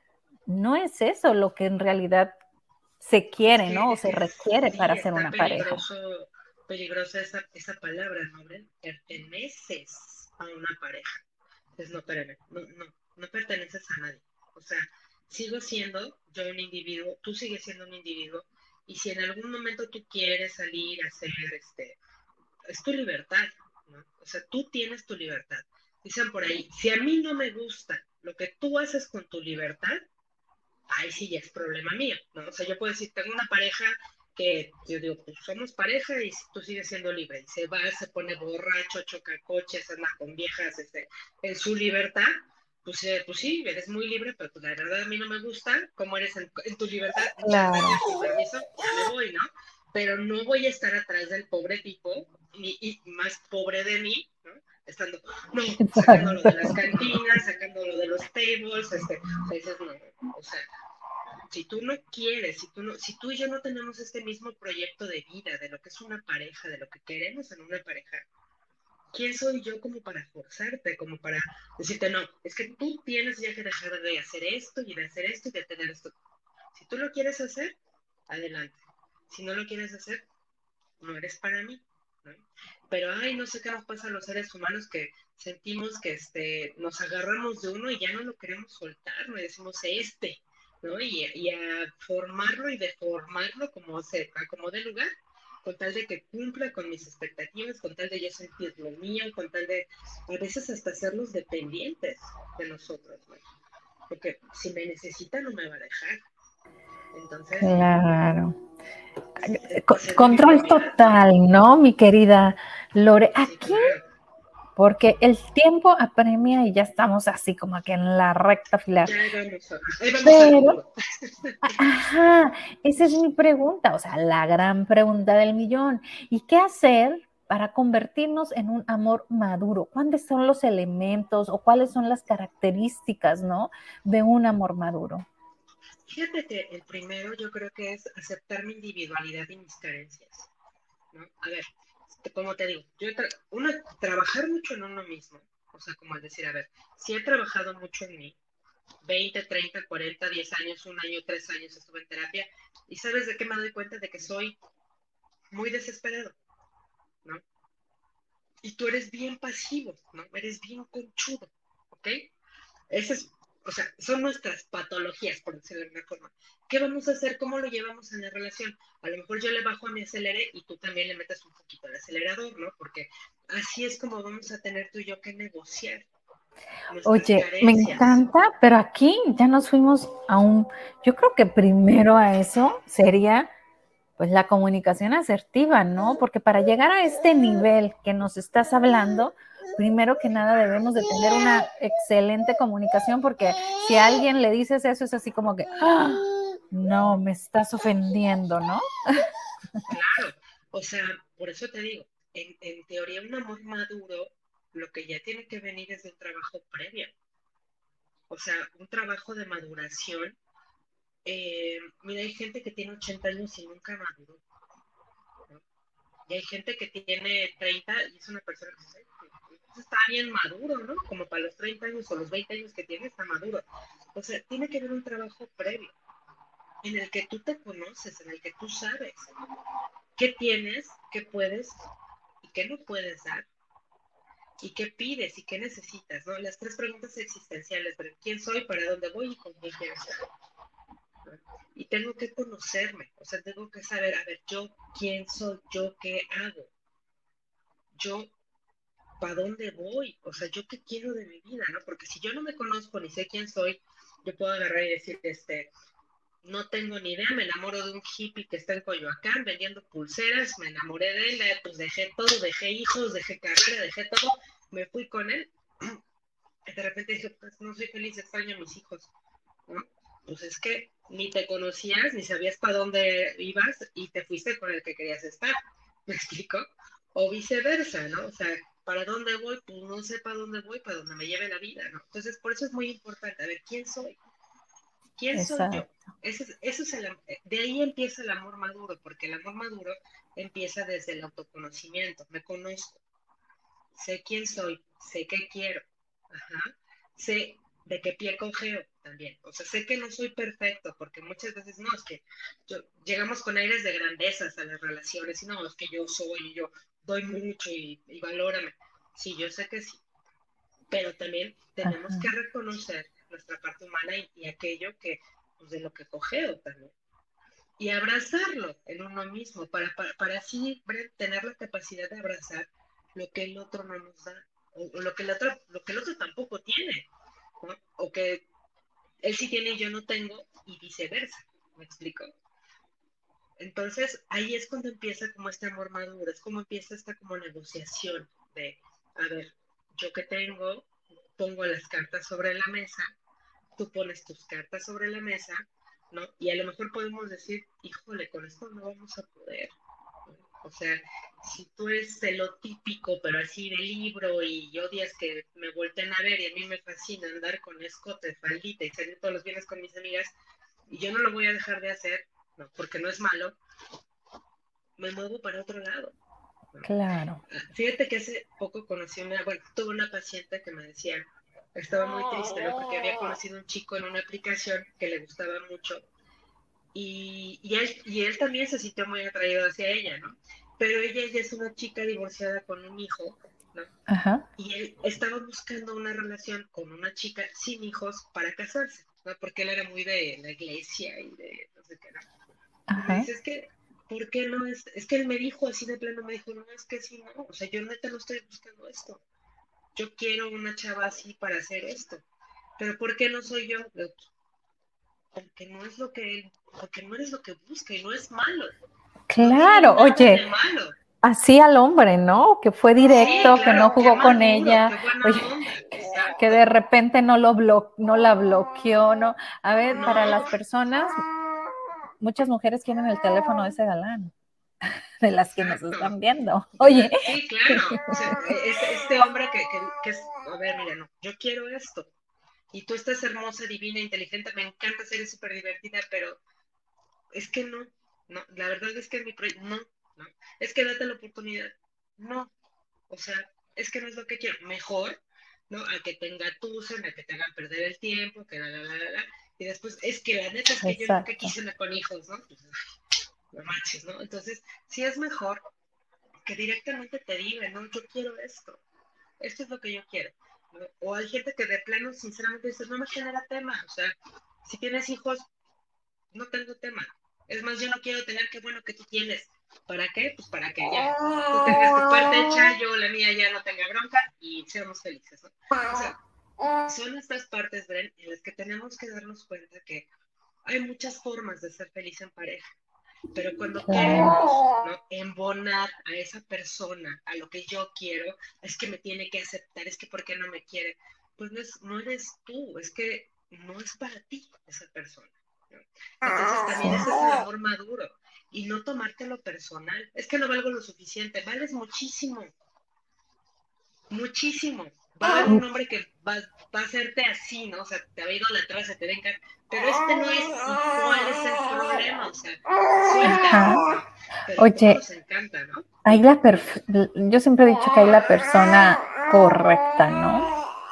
no es eso lo que en realidad se es quiere, que ¿no? O se requiere para sí, ser está una pareja. peligrosa esa palabra, ¿no? ¿Ven? Perteneces a una pareja. Entonces, no, espérame, no perteneces a nadie. O sea, sigo siendo yo un individuo, tú sigues siendo un individuo, y si en algún momento tú quieres salir a hacer, es tu libertad, ¿no? O sea, tú tienes tu libertad. Dicen por ahí, si a mí no me gusta lo que tú haces con tu libertad, ahí sí ya es problema mío, ¿no? O sea, yo puedo decir, tengo una pareja que yo digo, pues somos pareja y tú sigues siendo libre. Y se va, se pone borracho, choca coches, anda con viejas en su libertad. Pues sí, eres muy libre, pero pues la verdad a mí no me gusta cómo eres en tu libertad. Muchas Claro. gracias, con permiso, ya me voy, ¿no? Pero no voy a estar atrás del pobre tipo, y más pobre de mí, ¿no? Estando, no, sacándolo de las Exacto. cantinas, sacándolo de los tables, dices, no, o sea, si tú no quieres, si tú y yo no tenemos este mismo proyecto de vida, de lo que es una pareja, de lo que queremos en una pareja, ¿quién soy yo como para forzarte, como para decirte, no, es que tú tienes ya que dejar de hacer esto y de hacer esto y de tener esto? Si tú lo quieres hacer, adelante. Si no lo quieres hacer, no eres para mí, ¿no? Pero, ay, no sé qué nos pasa a los seres humanos que sentimos que nos agarramos de uno y ya no lo queremos soltar, ¿no? Y decimos ¿no? Y a formarlo y deformarlo como de lugar, con tal de que cumpla con mis expectativas, con tal de yo sentir lo mío, con tal de a veces hasta hacerlos dependientes de nosotros, ¿no? Porque si me necesita no me va a dejar. Entonces, Claro. se debe Control cambiar, ¿no? total, ¿no, mi querida Lore? Sí, Aquí, claro. porque el tiempo apremia y ya estamos así como que en la recta final. Ya ahí vamos a lo Pero, duro. ajá, esa es mi pregunta, o sea, la gran pregunta del millón. ¿Y qué hacer para convertirnos en un amor maduro? ¿Cuáles son los elementos o cuáles son las características, ¿no? De un amor maduro. Fíjate que el primero yo creo que es aceptar mi individualidad y mis carencias, ¿no? A ver, como te digo, trabajar mucho en uno mismo, o sea, como al decir, a ver, si he trabajado mucho en mí, 20, 30, 40, 10 años, un año, 3 años estuve en terapia, y ¿sabes de qué me doy cuenta? De que soy muy desesperado, ¿no? Y tú eres bien pasivo, ¿no? Eres bien conchudo, ¿ok? Ese es, o sea, son nuestras patologías, por decirlo de alguna forma. ¿Qué vamos a hacer? ¿Cómo lo llevamos en la relación? A lo mejor yo le bajo a mi acelere y tú también le metes un poquito al acelerador, ¿no? Porque así es como vamos a tener tú y yo que negociar nuestras Oye, me carencias. encanta, pero aquí ya nos fuimos a yo creo que primero a eso sería pues la comunicación asertiva, ¿no? Porque para llegar a este nivel que nos estás hablando, primero que nada debemos de tener una excelente comunicación, porque si a alguien le dices eso es así como que, ¡ah! no, me estás ofendiendo, ¿no? Claro, o sea, por eso te digo, en teoría un amor maduro, lo que ya tiene que venir es de un trabajo previo, o sea, un trabajo de maduración. Mira, hay gente que tiene 80 años y nunca maduró, ¿no? Y hay gente que tiene 30 y es una persona que pues, está bien maduro, ¿no? Como para los 30 años o los 20 años que tiene, está maduro. O sea, tiene que haber un trabajo previo en el que tú te conoces, en el que tú sabes qué tienes, qué puedes y qué no puedes dar, y qué pides y qué necesitas, ¿no? Las tres preguntas existenciales, pero ¿quién soy, para dónde voy y con quién quiero estar? ¿No? Y tengo que conocerme, o sea, tengo que saber, a ver, yo quién soy, yo qué hago, yo para dónde voy, o sea, yo qué quiero de mi vida, ¿no? Porque si yo no me conozco ni sé quién soy, yo puedo agarrar y decir, no tengo ni idea, me enamoro de un hippie que está en Coyoacán vendiendo pulseras, me enamoré de él, pues dejé todo, dejé hijos, dejé carrera, dejé todo, me fui con él. Y de repente dije, pues no soy feliz, extraño a mis hijos, ¿no? Pues es que ni te conocías, ni sabías para dónde ibas y te fuiste con el que querías estar, ¿me explico? O viceversa, ¿no? O sea, ¿para dónde voy? Pues no sé para dónde voy, para dónde me lleve la vida, ¿no? Entonces, por eso es muy importante, a ver, ¿quién soy? ¿Quién soy yo? Exacto. Eso es de ahí empieza el amor maduro, porque el amor maduro empieza desde el autoconocimiento. Me conozco, sé quién soy, sé qué quiero, ajá, sé de qué pie cojeo también. O sea, sé que no soy perfecto, porque muchas veces no, es que llegamos con aires de grandezas a las relaciones, y no, es que yo soy, y yo doy mucho y valórame. Sí, yo sé que sí, pero también tenemos que Ajá. reconocer nuestra parte humana y aquello que, pues de lo que cogeo también. Y abrazarlo en uno mismo, para así tener la capacidad de abrazar lo que el otro no nos da, o lo que el otro tampoco tiene, ¿no? O que él sí tiene y yo no tengo, y viceversa, ¿me explico? Entonces, ahí es cuando empieza como este amor maduro, es como empieza esta como negociación de, a ver, yo que tengo, pongo las cartas sobre la mesa, tú pones tus cartas sobre la mesa, ¿no? Y a lo mejor podemos decir, híjole, con esto no vamos a poder, ¿no? O sea, si tú eres lo típico, pero así de libro y odias que me volteen a ver y a mí me fascina andar con escote, faldita y salir todos los viernes con mis amigas, y yo no lo voy a dejar de hacer, ¿no? Porque no es malo, me muevo para otro lado, ¿no? Claro. Fíjate que hace poco bueno, tuve una paciente que me decía, estaba muy triste, ¿no? Porque había conocido un chico en una aplicación que le gustaba mucho y él también se sintió muy atraído hacia ella, ¿no? Pero ella ya es una chica divorciada con un hijo, ¿no? Ajá. Y él estaba buscando una relación con una chica sin hijos para casarse, ¿no? Porque él era muy de la iglesia y de no sé qué, ¿no? Y me Ajá. dice, es que, ¿por qué no es que él me dijo así de plano, me dijo, no, es que sí, no, o sea, yo neta no estoy buscando esto, yo quiero una chava así para hacer esto, pero ¿por qué no soy yo? Porque no es lo que él, porque no eres lo que busca y no es malo, no tiene Claro, nada de oye, malo. así al hombre, ¿no? Que fue Sí, directo, que no claro, qué jugó con maduro, ella, qué buena oye, onda, que exacto. de repente no la bloqueó, ¿no? A ver, para las No, personas, muchas mujeres quieren el teléfono de ese galán, de las que nos exacto. están viendo. O Oye, sea, sí, claro. O sea, este hombre que es, a ver, mira, no, yo quiero esto. Y tú estás hermosa, divina, inteligente, me encanta, ser súper divertida, pero es que no, no, la verdad es que es mi proyecto, no, no, es que date la oportunidad, no, o sea, es que no es lo que quiero, mejor, ¿no? A que te engatusen, a que te hagan perder el tiempo, que la, y después, es que la neta es que yo nunca exacto, quise con hijos, ¿no? Pues, no manches, ¿no? Entonces, sí es mejor que directamente te diga, no, yo quiero esto es lo que yo quiero, ¿no? O hay gente que de plano, sinceramente, dice, no me genera tema, o sea, si tienes hijos, no tengo tema. Es más, yo no quiero tener, qué bueno que tú tienes. ¿Para qué? Pues para que ya tú tengas tu parte hecha, yo la mía ya no tenga bronca y seamos felices, ¿no? O sea, son estas partes, Bren, en las que tenemos que darnos cuenta que hay muchas formas de ser feliz en pareja, pero cuando queremos, claro. ¿no? Embonar a esa persona, a lo que yo quiero, es que me tiene que aceptar, es que ¿por qué no me quiere? Pues no, no eres tú, es que no es para ti esa persona. ¿no? Entonces también ese es el amor maduro y no tomártelo personal. Es que no valgo lo suficiente, vales muchísimo, muchísimo. Va a haber un hombre que va a hacerte así, ¿no? O sea, te va a idolatrar, se te va a encantar. Pero este no es, ¿y cuál es el problema? O sea, suelta, ¿no? Pero ¿cómo Oye, nos encanta, no? hay yo siempre he dicho que hay la persona correcta, ¿no?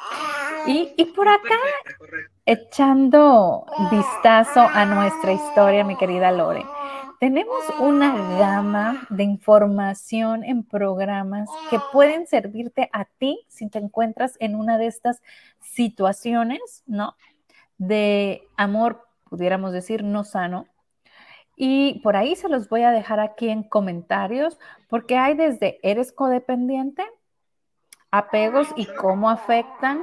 Y por acá, Perfecta, correcto. echando vistazo a nuestra historia, mi querida Lore, tenemos una gama de información en programas que pueden servirte a ti si te encuentras en una de estas situaciones, ¿no? De amor, pudiéramos decir, no sano. Y por ahí se los voy a dejar aquí en comentarios, porque hay desde eres codependiente, apegos y cómo afectan,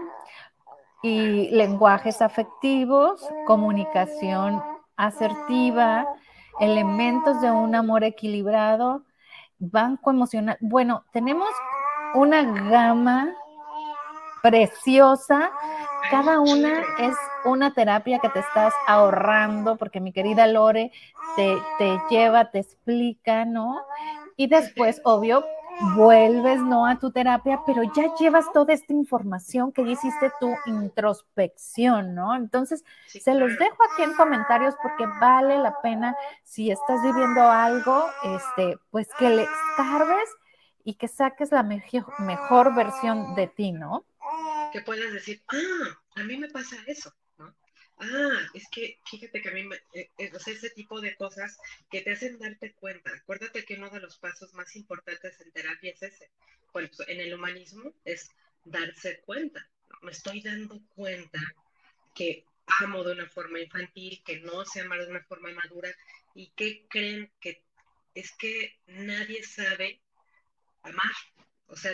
y lenguajes afectivos, comunicación asertiva, elementos de un amor equilibrado, banco emocional. Bueno, tenemos una gama preciosa. Cada una es una terapia que te estás ahorrando, porque mi querida Lore te lleva, te explica, ¿no? Y después, obvio, vuelves, ¿no? A tu terapia, pero ya llevas toda esta información que ya hiciste tu introspección, ¿no? Entonces, Sí, se claro. los dejo aquí en comentarios porque vale la pena, si estás viviendo algo, pues que le escarbes y que saques la mejor versión de ti, ¿no? Que puedas decir, a mí me pasa eso, ¿no? Es que fíjate que a mí, o sea, ese tipo de cosas que te hacen darte cuenta. Acuérdate que uno de los pasos más importantes en terapia es ese. Bueno, pues, en el humanismo es darse cuenta, ¿no? Me estoy dando cuenta que amo de una forma infantil, que no sé amar de una forma madura y que creen que es que nadie sabe amar. O sea,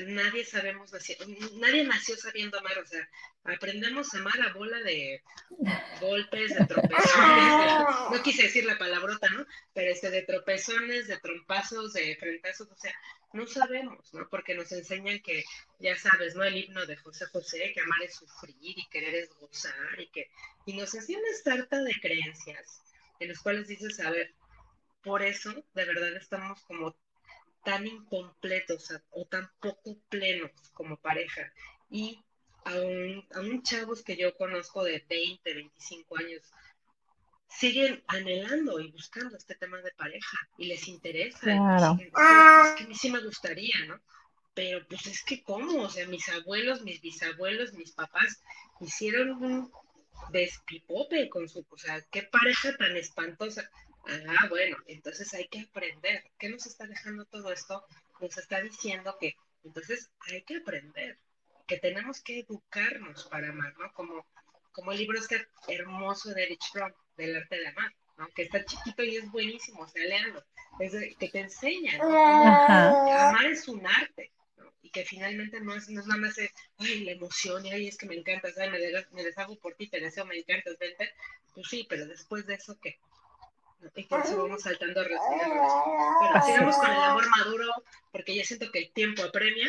nadie nació sabiendo amar. O sea, aprendemos a amar a bola de golpes, de tropezones, no quise decir la palabrota, ¿no? Pero de tropezones, de trompazos, de frentazos, o sea, no sabemos, ¿no? Porque nos enseñan que, ya sabes, ¿no? El himno de José José, que amar es sufrir y querer es gozar y nos enseñan una sarta de creencias en las cuales dices, a ver, por eso de verdad estamos como tan incompletos o tan poco plenos como pareja. Y aún chavos que yo conozco de 20, 25 años, siguen anhelando y buscando este tema de pareja y les interesa y Claro. siguen, es que a mí sí me gustaría, ¿no? Pero pues es que cómo, o sea, mis abuelos, mis bisabuelos, mis papás hicieron un despipope con o sea, qué pareja tan espantosa. Bueno, entonces hay que aprender. ¿Qué nos está dejando todo esto? Nos está diciendo que entonces hay que aprender, que tenemos que educarnos para amar, ¿no? Como el libro este hermoso de Erich Fromm, del arte de amar, ¿no? Que está chiquito y es buenísimo, o sea, léanlo. Que te enseña, ¿no? Amar es un arte, ¿no? Y que finalmente no es nada más ay, la emoción, y ay, es que me encanta, ¿sabes? Me deshago por ti, te deseo, me encantas, vente. Pues sí, pero después de eso, ¿qué? ¿No? Y por eso vamos saltando a relación en relación. Bueno, Así sigamos es. con el amor maduro, porque ya siento que el tiempo apremia.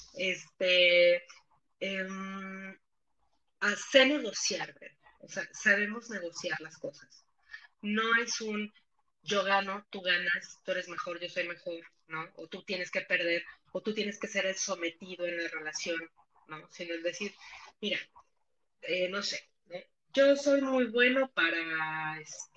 Eh, sé negociar, ¿verdad? O sea, sabemos negociar las cosas. No es un yo gano, tú ganas, tú eres mejor, yo soy mejor, ¿no? O tú tienes que perder, o tú tienes que ser el sometido en la relación, ¿no? Sino es decir, mira, no sé, ¿no? Yo soy muy bueno para,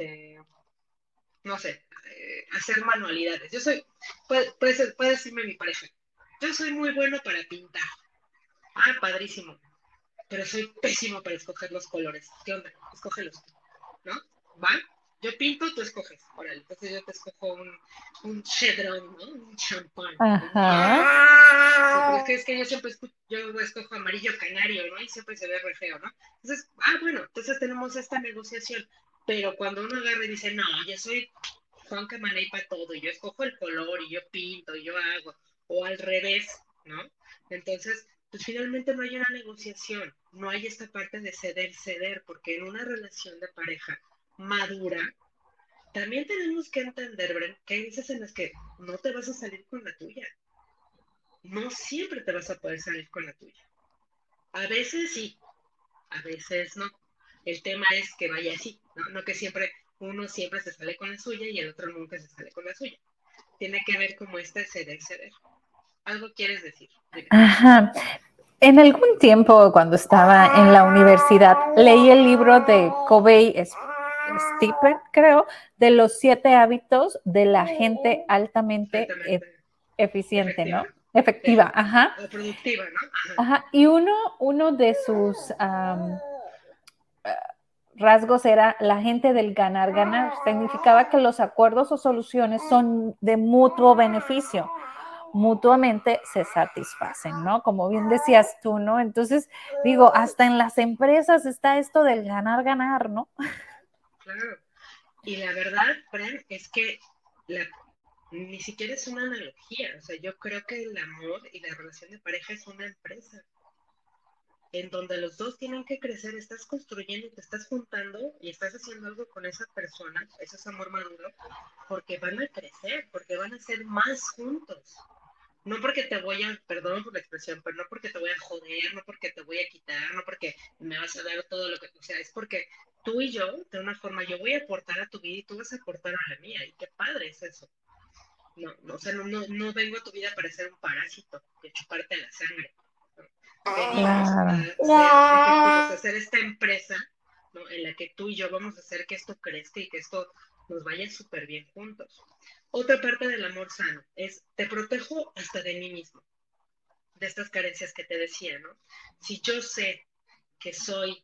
no sé, hacer manualidades. Puede decirme mi pareja, yo soy muy bueno para pintar. Padrísimo, pero soy pésimo para escoger los colores. ¿Qué onda? Escógelos, ¿no? ¿Va? Yo pinto, tú escoges. Órale, entonces yo te escojo un chedrón, ¿no? Un champán. Ajá. Porque es que yo siempre yo escojo amarillo canario, ¿no? Y siempre se ve re feo, ¿no? Entonces, bueno, entonces tenemos esta negociación. Pero cuando uno agarra y dice, no, yo soy Juan Camaney para todo, y yo escojo el color, y yo pinto, y yo hago, o al revés, ¿no? Entonces, pues finalmente no hay una negociación, no hay esta parte de ceder, porque en una relación de pareja madura, también tenemos que entender, Bren, que hay veces en las que no te vas a salir con la tuya. No siempre te vas a poder salir con la tuya. A veces sí, a veces no. El tema es que vaya así, ¿no? No que siempre Uno siempre se sale con la suya y el otro nunca se sale con la suya. Tiene que ver como ceder, ceder. Algo quieres decir. Dime. Ajá. En algún tiempo, cuando estaba en la universidad, leí el libro de Covey Stephen, creo, de los 7 hábitos de la gente altamente Altamente eficiente, efectiva. ¿no? Efectiva, ajá. O productiva, ¿no? Ajá. Ajá. Y uno de sus rasgos era la gente del ganar-ganar. Significaba que los acuerdos o soluciones son de mutuo beneficio, mutuamente se satisfacen, ¿no? Como bien decías tú, ¿no? Entonces, digo, hasta en las empresas está esto del ganar-ganar, ¿no? Claro. Y la verdad, Fran, es que ni siquiera es una analogía. O sea, yo creo que el amor y la relación de pareja es una empresa en donde los dos tienen que crecer, estás construyendo y te estás juntando y estás haciendo algo con esa persona, eso es amor maduro, porque van a crecer, porque van a ser más juntos. No porque te voy a, perdón por la expresión, pero no porque te voy a joder, no porque te voy a quitar, no porque me vas a dar todo lo que, o sea, es porque tú y yo, de una forma, yo voy a aportar a tu vida y tú vas a aportar a la mía, y qué padre es eso. No, no, o sea, no vengo a tu vida para ser un parásito, de chuparte la sangre. ¿No? Venimos a Claro. ser efectivos, a hacer esta empresa, ¿no? En la que tú y yo vamos a hacer que esto crezca y que esto nos vaya súper bien juntos. Otra parte del amor sano es, te protejo hasta de mí mismo, de estas carencias que te decía, ¿no? Si yo sé que soy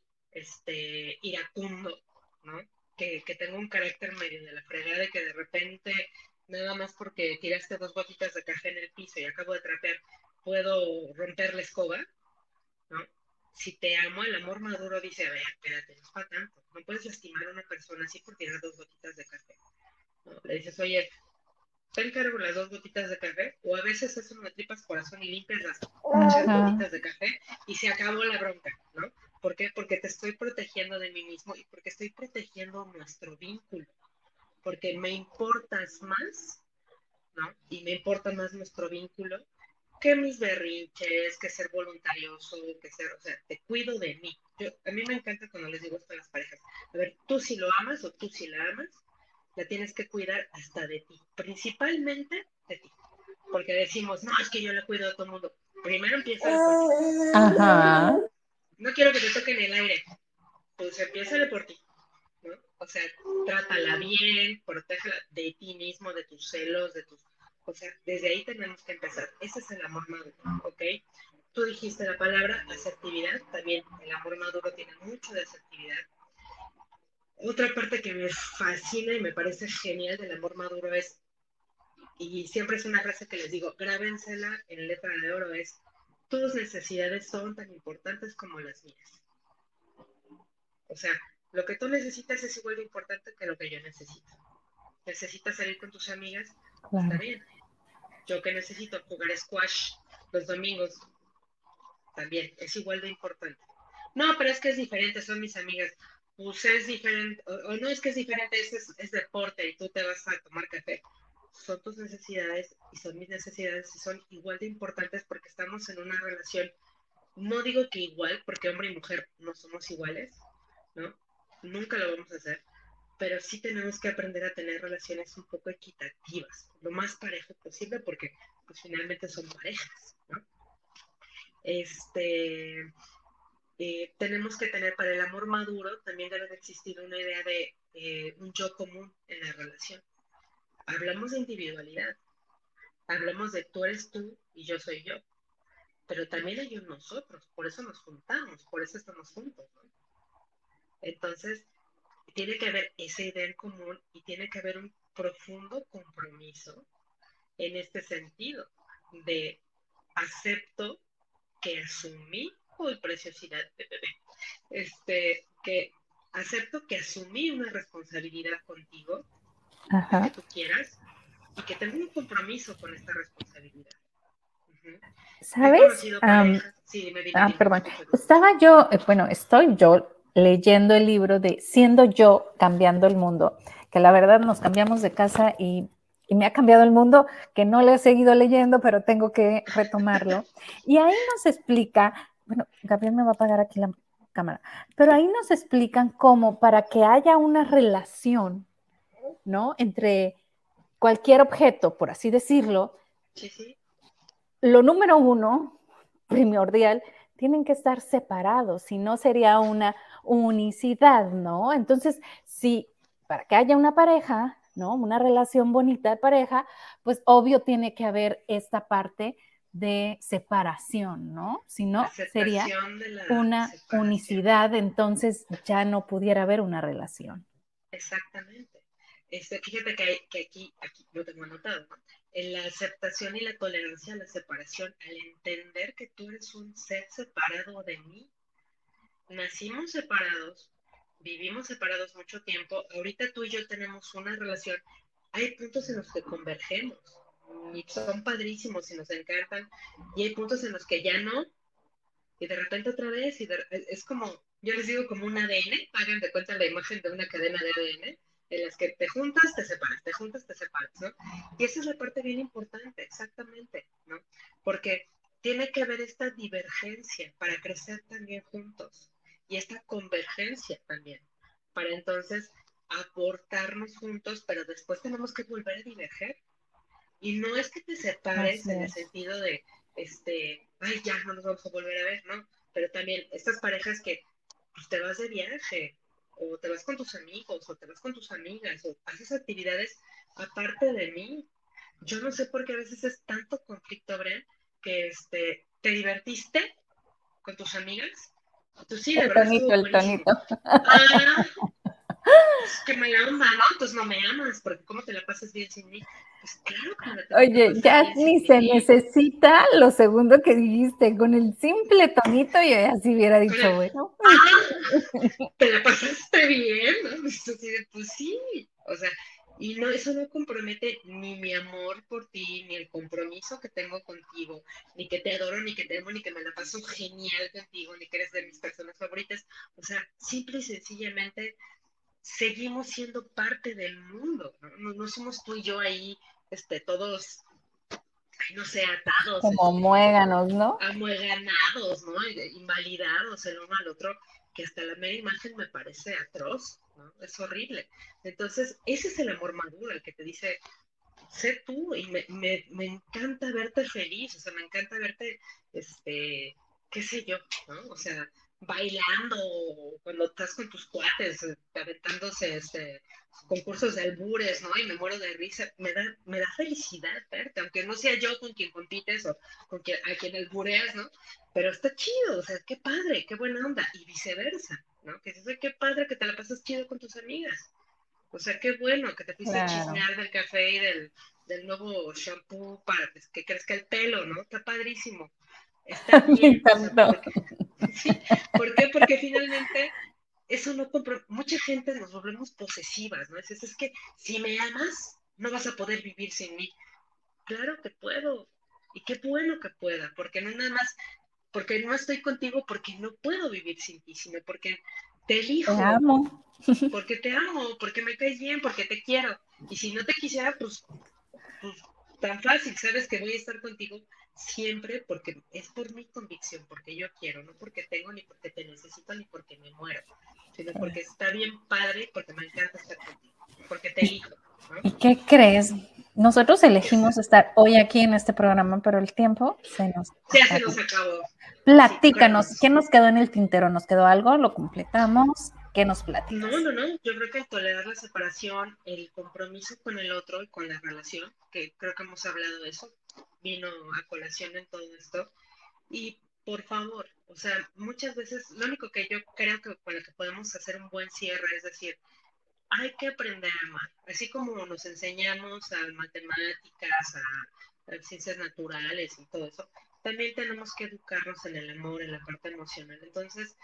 iracundo, ¿no? Que tengo un carácter medio de la fregada y que de repente, nada más porque tiraste 2 gotitas de café en el piso y acabo de trapear, puedo romper la escoba, ¿no? Si te amo, el amor maduro dice, a ver, espérate, no es para tanto. No puedes lastimar a una persona así por tirar 2 gotitas de café. ¿No? Le dices, oye, te encargo las 2 gotitas de café, o a veces es una tripas corazón y limpias las 2 gotitas de café y se acabó la bronca, ¿no? ¿Por qué? Porque te estoy protegiendo de mí mismo y porque estoy protegiendo nuestro vínculo, porque me importas más, ¿no? Y me importa más nuestro vínculo que mis berrinches, que ser voluntarioso, que ser, o sea, te cuido de mí. A mí me encanta cuando les digo esto a las parejas. A ver, tú si lo amas o tú si la amas, la tienes que cuidar hasta de ti, principalmente de ti. Porque decimos, no, es que yo la cuido a todo el mundo. Primero empieza por ti. Ajá. No quiero que te toquen el aire. Pues empieza por ti, ¿no? O sea, trátala bien, protégela de ti mismo, de tus celos, de tus... O sea, desde ahí tenemos que empezar. Ese es el amor maduro, ¿ok? Tú dijiste la palabra asertividad, también el amor maduro tiene mucho de asertividad. Otra parte que me fascina y me parece genial del amor maduro es, y siempre es una frase que les digo, grábensela en letra de oro, es, tus necesidades son tan importantes como las mías. O sea, lo que tú necesitas es igual de importante que lo que yo necesito. Necesitas salir con tus amigas, está Claro. bien. Yo que necesito jugar squash los domingos, también es igual de importante. No, pero es que es diferente, son mis amigas. Pues es diferente, o no es que es diferente, es deporte y tú te vas a tomar café. Son tus necesidades y son mis necesidades y son igual de importantes porque estamos en una relación, no digo que igual, porque hombre y mujer no somos iguales, ¿no? Nunca lo vamos a hacer, pero sí tenemos que aprender a tener relaciones un poco equitativas, lo más parejo posible, porque pues finalmente son parejas, ¿no? Este, tenemos que tener para el amor maduro, también debe de existir una idea de un yo común en la relación. Hablamos de individualidad, hablamos de tú eres tú y yo soy yo, pero también hay un nosotros, por eso nos juntamos, por eso estamos juntos, ¿no? Entonces, tiene que haber esa idea en común y tiene que haber un profundo compromiso en este sentido de acepto que asumí, uy, preciosidad, que acepto que asumí una responsabilidad contigo, la que Ajá. tú quieras, y que tengo un compromiso con esta responsabilidad. Uh-huh. He ¿Sabes? conocido parejas, sí, dime, te Perdón. escucho. Estaba yo, bueno, estoy yo leyendo el libro de Siendo yo, cambiando el mundo, que la verdad nos cambiamos de casa y me ha cambiado el mundo, que no le he seguido leyendo, pero tengo que retomarlo. Y ahí nos explica, bueno, Gabriel me va a apagar aquí cámara. Pero ahí nos explican cómo para que haya una relación, ¿no? Entre cualquier objeto, por así decirlo, Sí, sí. lo número uno, primordial, tienen que estar separados, si no sería una unicidad, ¿no? Entonces, si para que haya una pareja, ¿no? Una relación bonita de pareja, pues obvio tiene que haber esta parte de separación, ¿no? Si no, sería Aceptación de la una separación. unicidad, entonces ya no pudiera haber una relación. Exactamente. Fíjate que aquí lo tengo anotado, ¿no? En la aceptación y la tolerancia a la separación, al entender que tú eres un ser separado de mí, nacimos separados, vivimos separados mucho tiempo, ahorita tú y yo tenemos una relación, hay puntos en los que convergemos y son padrísimos y nos encantan, y hay puntos en los que ya no, y de repente otra vez, es como, yo les digo como un ADN, hagan de cuenta la imagen de una cadena de ADN, en las que te juntas, te separas, ¿no? Y esa es la parte bien importante, exactamente, ¿no? Porque tiene que haber esta divergencia para crecer también juntos y esta convergencia también, para entonces aportarnos juntos, pero después tenemos que volver a diverger. Y no es que te separes Así en el es. sentido de, ay, ya no nos vamos a volver a ver, ¿no? Pero también estas parejas que pues, te vas de viaje, o te vas con tus amigos, o te vas con tus amigas, o haces actividades aparte de mí. Yo no sé por qué a veces es tanto conflicto, Bren, que te divertiste con tus amigas. Tú sí, de verdad estuvo El buenísimo. tonito. Ah, pues qué mala onda, ¿no? Entonces no me amas, porque ¿cómo te la pasas bien sin mí? Pues claro que me la tengo que Oye, pasar ya bien sin ni se ti. necesita lo segundo que dijiste, con el simple tonito yo ya sí hubiera Con dicho, el, bueno, te la pasaste bien, ¿no? Pues sí, o sea, y no, eso no compromete ni mi amor por ti, ni el compromiso que tengo contigo, ni que te adoro, ni que te amo, ni que me la paso genial contigo, ni que eres de mis personas favoritas. O sea, simple y sencillamente seguimos siendo parte del mundo, ¿no? No somos tú y yo ahí, todos, ay, no sé, atados, como muéganos, ¿no? amueganados, ¿no? Invalidados el uno al otro, que hasta la mera imagen me parece atroz, ¿no? Es horrible. Entonces, ese es el amor maduro, el que te dice, sé tú, y me encanta verte feliz, o sea, me encanta verte, qué sé yo, ¿no? O sea, bailando, cuando estás con tus cuates, aventándose, concursos de albures, ¿no? Y me muero de risa, me da felicidad verte, aunque no sea yo con quien compites o a quien albureas, ¿no? Pero está chido, o sea, qué padre, qué buena onda, y viceversa, ¿no? Que dices, qué padre que te la pasas chido con tus amigas. O sea, qué bueno que te fuiste a Claro, chismear del café y del nuevo shampoo para que crezca el pelo, ¿no? Está padrísimo. Está me bien, o sea, encantó. porque, ¿sí? ¿Por qué? Porque finalmente eso no compro. Mucha gente nos volvemos posesivas, ¿no? Es que si me amas, no vas a poder vivir sin mí. Claro que puedo. Y qué bueno que pueda, porque no nada más, porque no estoy contigo porque no puedo vivir sin ti, sino porque te Te elijo, amo. porque te amo, porque me caes bien, porque te quiero. Y si no te quisiera, pues tan fácil, sabes que voy a estar contigo siempre porque es por mi convicción, porque yo quiero, no porque tengo, ni porque te necesito, ni porque me muero, sino porque está bien padre, porque me encanta estar contigo, porque te elijo, ¿no? ¿Y qué crees? Nosotros ¿Qué sé? elegimos estar hoy aquí en este programa, pero el tiempo se nos Ya se nos acabó. acabó. Sí, Platícanos, ¿qué Cronos. nos quedó en el tintero? ¿Nos quedó algo? ¿Lo completamos? ¿Qué nos No, platicas? no, no. Yo creo que el tolerar la separación, el compromiso con el otro y con la relación, que creo que hemos hablado de eso, vino a colación en todo esto. Y por favor, o sea, muchas veces lo único que yo creo que con lo que podemos hacer un buen cierre es decir, hay que aprender a amar, así como nos enseñamos a matemáticas, a ciencias naturales y todo eso, también tenemos que educarnos en el amor, en la parte emocional. Entonces,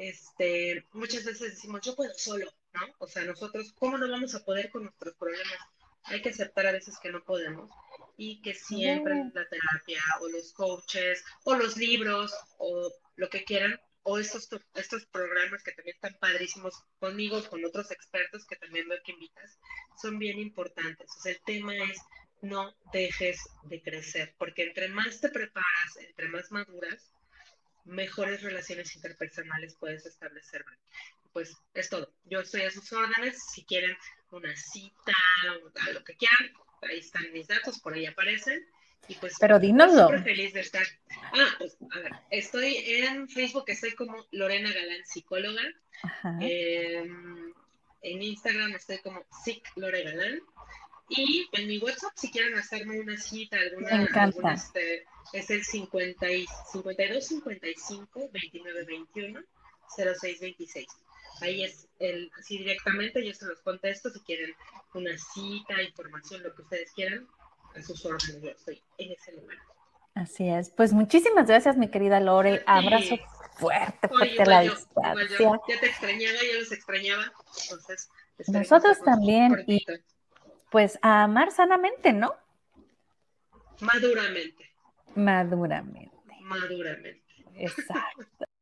muchas veces decimos, yo puedo solo, ¿no? O sea, nosotros, ¿cómo no vamos a poder con nuestros problemas? Hay que aceptar a veces que no podemos y que siempre Bien. la terapia o los coaches o los libros o lo que quieran o estos programas que también están padrísimos conmigo, con otros expertos que también veo que invitas, son bien importantes. O sea, el tema es no dejes de crecer, porque entre más te preparas, entre más maduras, mejores relaciones interpersonales puedes establecer. Pues es todo. Yo estoy a sus órdenes. Si quieren una cita, o lo que quieran, ahí están mis datos, por ahí aparecen. Y pues Pero yo dínoslo. súper feliz de estar. Pues a ver, estoy en Facebook, estoy como Lorena Galán, psicóloga. En Instagram estoy como Psic Lore Galán. Y en mi WhatsApp, si quieren hacerme una cita, Me encanta. es el 52 55 29 21 06 26. Ahí es así directamente, yo se los contesto si quieren una cita, información, lo que ustedes quieran, a sus órdenes. Yo estoy en ese lugar. Así es. Pues muchísimas gracias, mi querida Lore. Abrazo fuerte, fuerte a la distancia. Ya te extrañaba, ya los extrañaba. Entonces, nosotros también. Y pues a amar sanamente, ¿no? Maduramente. Maduramente. Maduramente. Exacto.